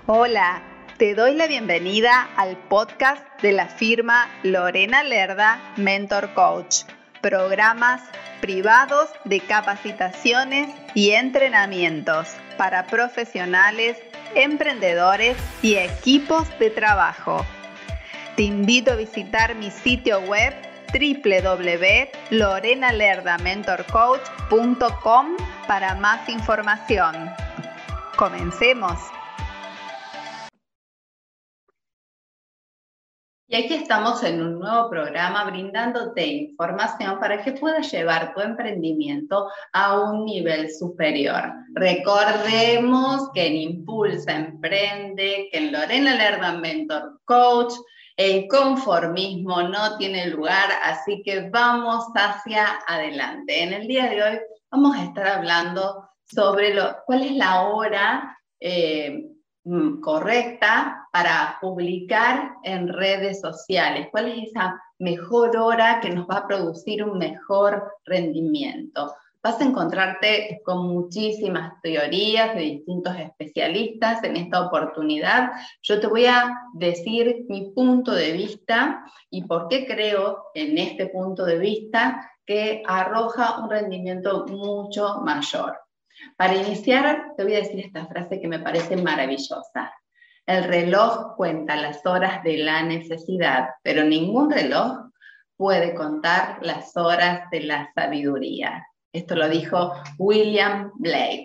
Hola, te doy la bienvenida al podcast de la firma Lorena Lerda Mentor Coach, programas privados de capacitaciones y entrenamientos para profesionales, emprendedores y equipos de trabajo. Te invito a visitar mi sitio web www.lorenalerdamentorcoach.com para más información. Comencemos. Y aquí estamos en un nuevo programa brindándote información para que puedas llevar tu emprendimiento a un nivel superior. Recordemos que en Impulsa Emprende, que en Lorena Lerda Mentor Coach, el conformismo no tiene lugar, así que vamos hacia adelante. En el día de hoy vamos a estar hablando sobre cuál es la hora correcta para publicar en redes sociales. ¿Cuál es esa mejor hora que nos va a producir un mejor rendimiento? Vas a encontrarte con muchísimas teorías de distintos especialistas en esta oportunidad. Yo te voy a decir mi punto de vista y por qué creo en este punto de vista que arroja un rendimiento mucho mayor. Para iniciar, te voy a decir esta frase que me parece maravillosa. El reloj cuenta las horas de la necesidad, pero ningún reloj puede contar las horas de la sabiduría. Esto lo dijo William Blake.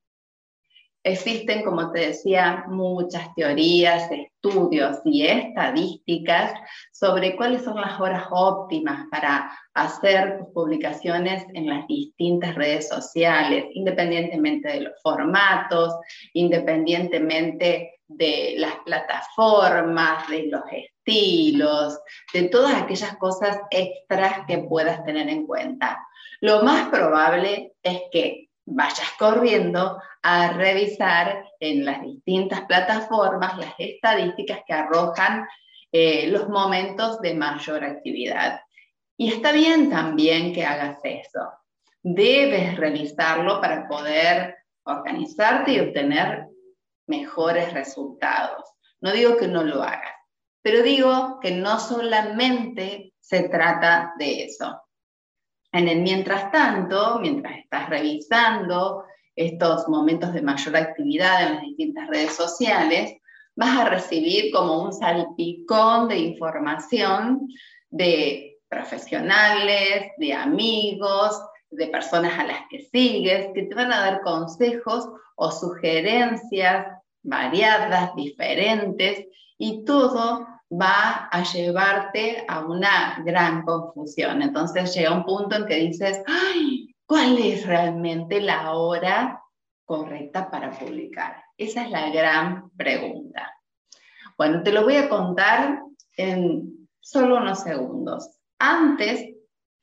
Existen, como te decía, muchas teorías, estudios y estadísticas sobre cuáles son las horas óptimas para hacer tus publicaciones en las distintas redes sociales, independientemente de los formatos, independientemente de las plataformas, de los estilos, de todas aquellas cosas extras que puedas tener en cuenta. Lo más probable es que vayas corriendo a revisar en las distintas plataformas las estadísticas que arrojan los momentos de mayor actividad. Y está bien también que hagas eso. Debes revisarlo para poder organizarte y obtener mejores resultados. No digo que no lo hagas, pero digo que no solamente se trata de eso. En el mientras tanto, mientras estás revisando estos momentos de mayor actividad en las distintas redes sociales, vas a recibir como un salpicón de información de profesionales, de amigos, de personas a las que sigues, que te van a dar consejos o sugerencias variadas, diferentes, y todo va a llevarte a una gran confusión. Entonces llega un punto en que dices, ¡ay! ¿Cuál es realmente la hora correcta para publicar? Esa es la gran pregunta. Bueno, te lo voy a contar en solo unos segundos. Antes,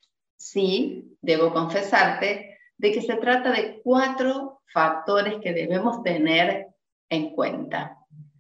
sí, debo confesarte de que se trata de 4 factores que debemos tener en cuenta.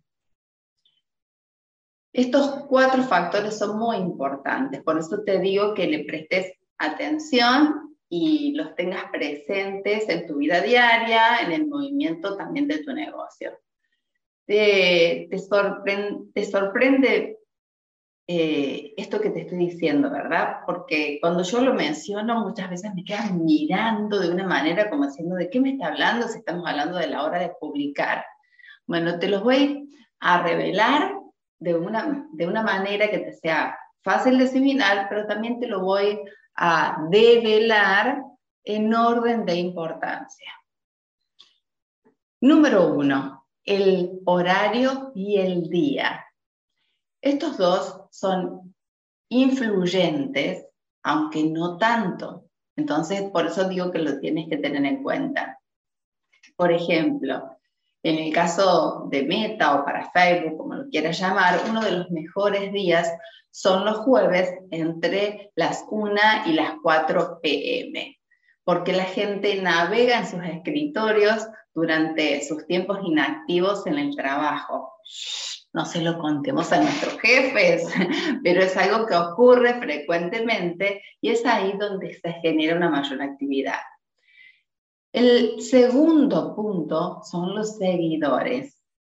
Estos 4 factores son muy importantes, por eso te digo que le prestes atención y los tengas presentes en tu vida diaria, en el movimiento también de tu negocio. Te sorprende esto que te estoy diciendo, ¿verdad? Porque cuando yo lo menciono muchas veces me quedan mirando de una manera como diciendo, ¿de qué me está hablando si estamos hablando de la hora de publicar? Bueno, te los voy a revelar de una manera que te sea fácil de asimilar, pero también te lo voy a develar en orden de importancia. Número 1, el horario y el día. Estos dos son influyentes, aunque no tanto. Entonces, por eso digo que lo tienes que tener en cuenta. Por ejemplo, en el caso de Meta o para Facebook, como lo quieras llamar, uno de los mejores días son los jueves entre las 1 y las 4 p.m., porque la gente navega en sus escritorios durante sus tiempos inactivos en el trabajo. No se lo contemos a nuestros jefes, pero es algo que ocurre frecuentemente y es ahí donde se genera una mayor actividad. El segundo punto son los seguidores.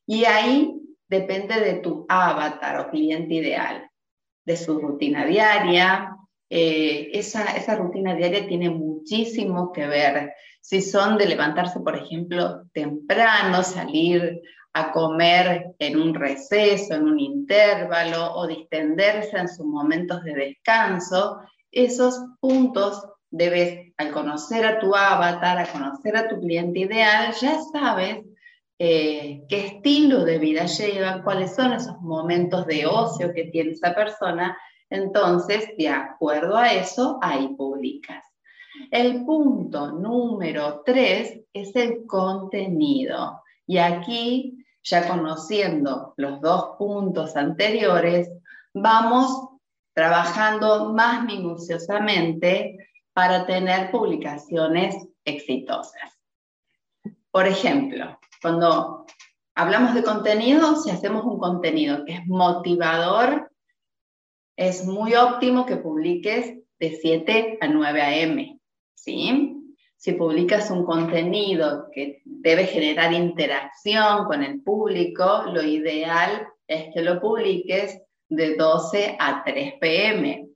Y ahí depende de tu avatar o cliente ideal, de su rutina diaria. Esa rutina diaria tiene muchísimo que ver. Si son de levantarse, por ejemplo, temprano, salir a comer en un receso, en un intervalo, o distenderse en sus momentos de descanso, esos puntos debes, al conocer a tu avatar, a conocer a tu cliente ideal, ya sabes qué estilo de vida lleva, cuáles son esos momentos de ocio que tiene esa persona. Entonces, de acuerdo a eso, ahí publicas. El punto número 3 es el contenido. Y aquí, ya conociendo los 2 puntos anteriores, vamos trabajando más minuciosamente para tener publicaciones exitosas. Por ejemplo, cuando hablamos de contenido, si hacemos un contenido que es motivador, es muy óptimo que publiques de 7 a 9 a.m., ¿sí? Si publicas un contenido que debe generar interacción con el público, lo ideal es que lo publiques de 12 a 3 p.m.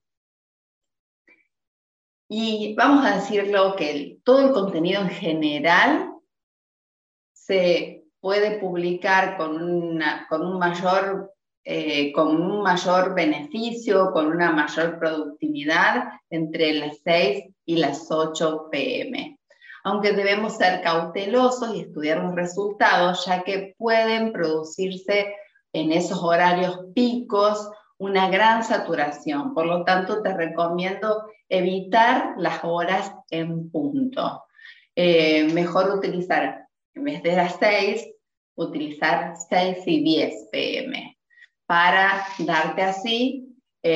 Y vamos a decirlo que todo el contenido en general se puede publicar con un mayor beneficio, con una mayor productividad entre las 6 y las 8 p.m. Aunque debemos ser cautelosos y estudiar los resultados, ya que pueden producirse en esos horarios picos una gran saturación. Por lo tanto, te recomiendo evitar las horas en punto. Mejor utilizar, en vez de las 6, utilizar 6 y 10 p.m. para darte así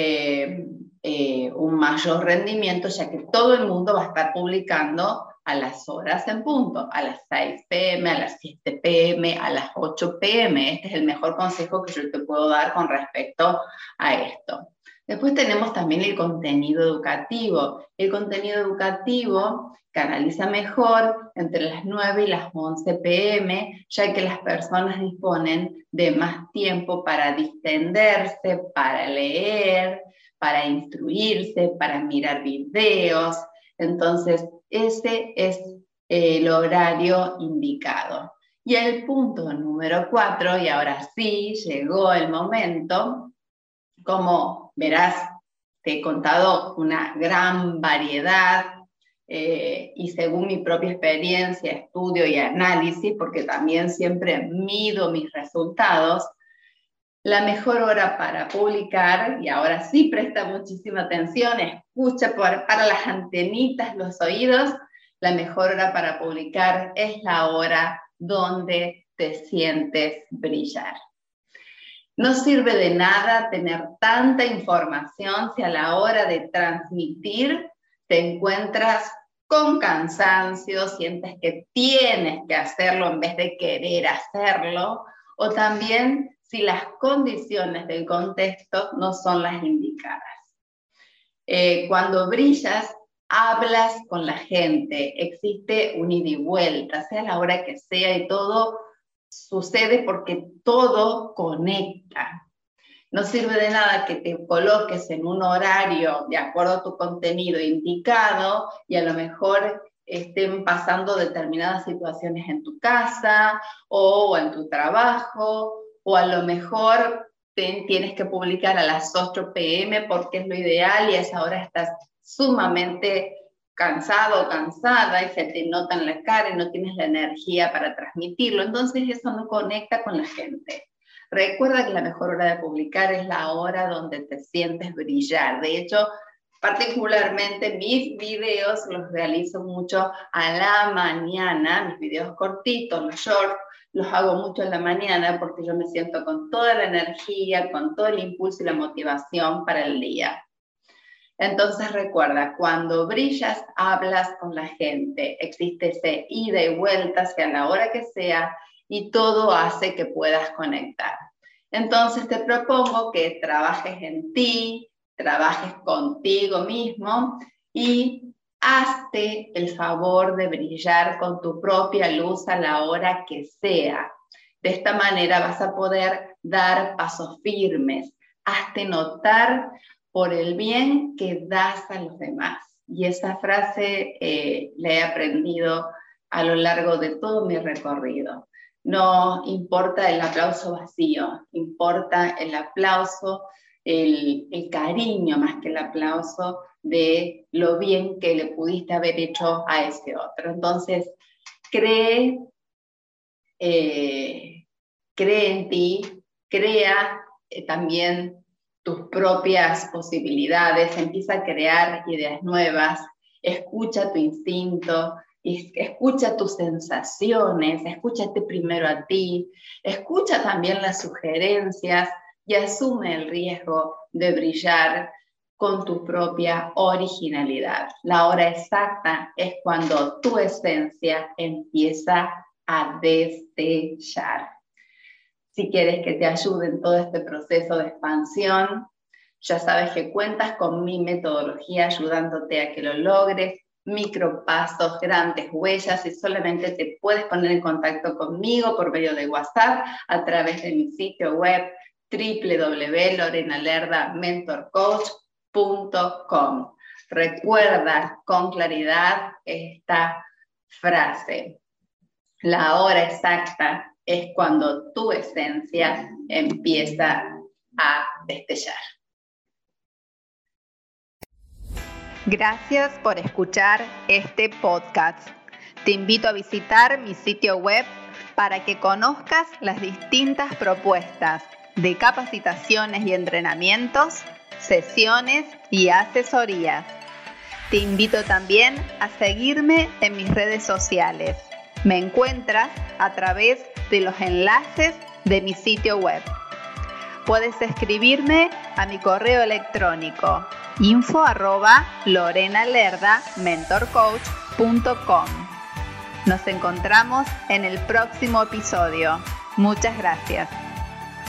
un mayor rendimiento, ya que todo el mundo va a estar publicando a las horas en punto, a las 6 p.m., a las 7 p.m., a las 8 p.m. Este es el mejor consejo que yo te puedo dar con respecto a esto. Después tenemos también el contenido educativo. El contenido educativo canaliza mejor entre las 9 y las 11 p.m., ya que las personas disponen de más tiempo para distenderse, para leer, para instruirse, para mirar videos. Entonces, ese es el horario indicado. Y el punto número 4, y ahora sí, llegó el momento. Como verás, te he contado una gran variedad y según mi propia experiencia, estudio y análisis, porque también siempre mido mis resultados, la mejor hora para publicar, y ahora sí presta muchísima atención, escucha para las antenitas, los oídos, la mejor hora para publicar es la hora donde te sientes brillar. No sirve de nada tener tanta información si a la hora de transmitir te encuentras con cansancio, sientes que tienes que hacerlo en vez de querer hacerlo, o también si las condiciones del contexto no son las indicadas. Cuando brillas, hablas con la gente, existe un ida y vuelta, sea la hora que sea, y todo sucede porque todo conecta. No sirve de nada que te coloques en un horario de acuerdo a tu contenido indicado y a lo mejor estén pasando determinadas situaciones en tu casa o en tu trabajo, o a lo mejor tienes que publicar a las 8 p.m. porque es lo ideal y a esa hora estás sumamente cansado o cansada y se te nota en la cara y no tienes la energía para transmitirlo. Entonces eso no conecta con la gente. Recuerda que la mejor hora de publicar es la hora donde te sientes brillar. De hecho, particularmente mis videos los realizo mucho a la mañana, mis videos cortitos, los shorts, los hago mucho en la mañana porque yo me siento con toda la energía, con todo el impulso y la motivación para el día. Entonces recuerda, cuando brillas, hablas con la gente, existe ese ida y vuelta hacia la hora que sea y todo hace que puedas conectar. Entonces te propongo que trabajes en ti, trabajes contigo mismo y hazte el favor de brillar con tu propia luz a la hora que sea. De esta manera vas a poder dar pasos firmes, hazte notar por el bien que das a los demás. Y esa frase la he aprendido a lo largo de todo mi recorrido. No importa el aplauso vacío, importa el aplauso, el cariño más que el aplauso de lo bien que le pudiste haber hecho a ese otro. Entonces, cree en ti, crea también tus propias posibilidades, empieza a crear ideas nuevas, escucha tu instinto, escucha tus sensaciones, escúchate primero a ti, escucha también las sugerencias y asume el riesgo de brillar con tu propia originalidad. La hora exacta es cuando tu esencia empieza a destellar. Si quieres que te ayude en todo este proceso de expansión, ya sabes que cuentas con mi metodología ayudándote a que lo logres, micropasos, grandes huellas, y solamente te puedes poner en contacto conmigo por medio de WhatsApp a través de mi sitio web www.lorenalerdamentorcoach.com. Recuerda con claridad esta frase: la hora exacta es cuando tu esencia empieza a destellar. Gracias por escuchar este podcast. Te invito a visitar mi sitio web para que conozcas las distintas propuestas de capacitaciones y entrenamientos, sesiones y asesorías. Te invito también a seguirme en mis redes sociales. Me encuentras a través de los enlaces de mi sitio web. Puedes escribirme a mi correo electrónico info@lorenalerdamentorcoach.com. Nos encontramos en el próximo episodio. Muchas gracias.